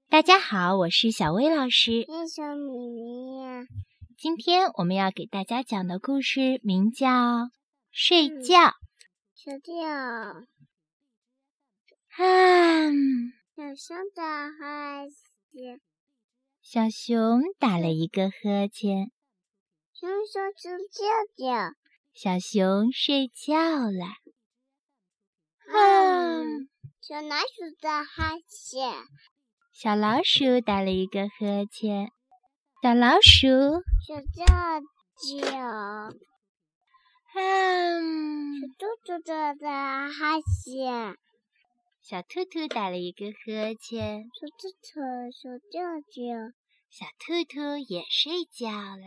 大家好，我是小薇老师。 我是咪咪呀。 今天我们要给大家讲的故事名叫《睡觉》。 睡觉。小熊的孩子。 小熊打了一个呵欠。 熊熊睡觉。 小熊睡觉了。 小老鼠的孩子。 小老鼠打了一个呵欠。小老鼠睡觉。小兔兔的孩子。 小兔兔打了一个呵欠。 小兔兔睡觉。 小兔兔也睡觉了。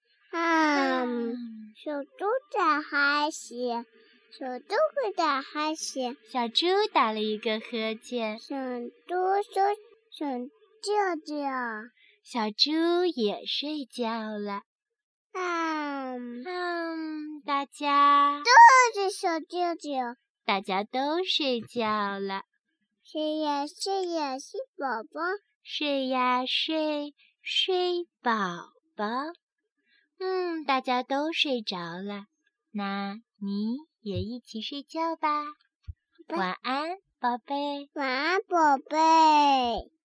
小猪的孩子。小兔兔的孩子。 小猪打了一个呵欠。 小猪睡觉。 小猪也睡觉了。大家都是睡觉。 大家都睡觉了。 睡呀睡呀睡宝宝。 睡呀睡，睡宝宝。大家都睡着了，那你也一起睡觉吧。晚安，宝贝。 晚安，宝贝。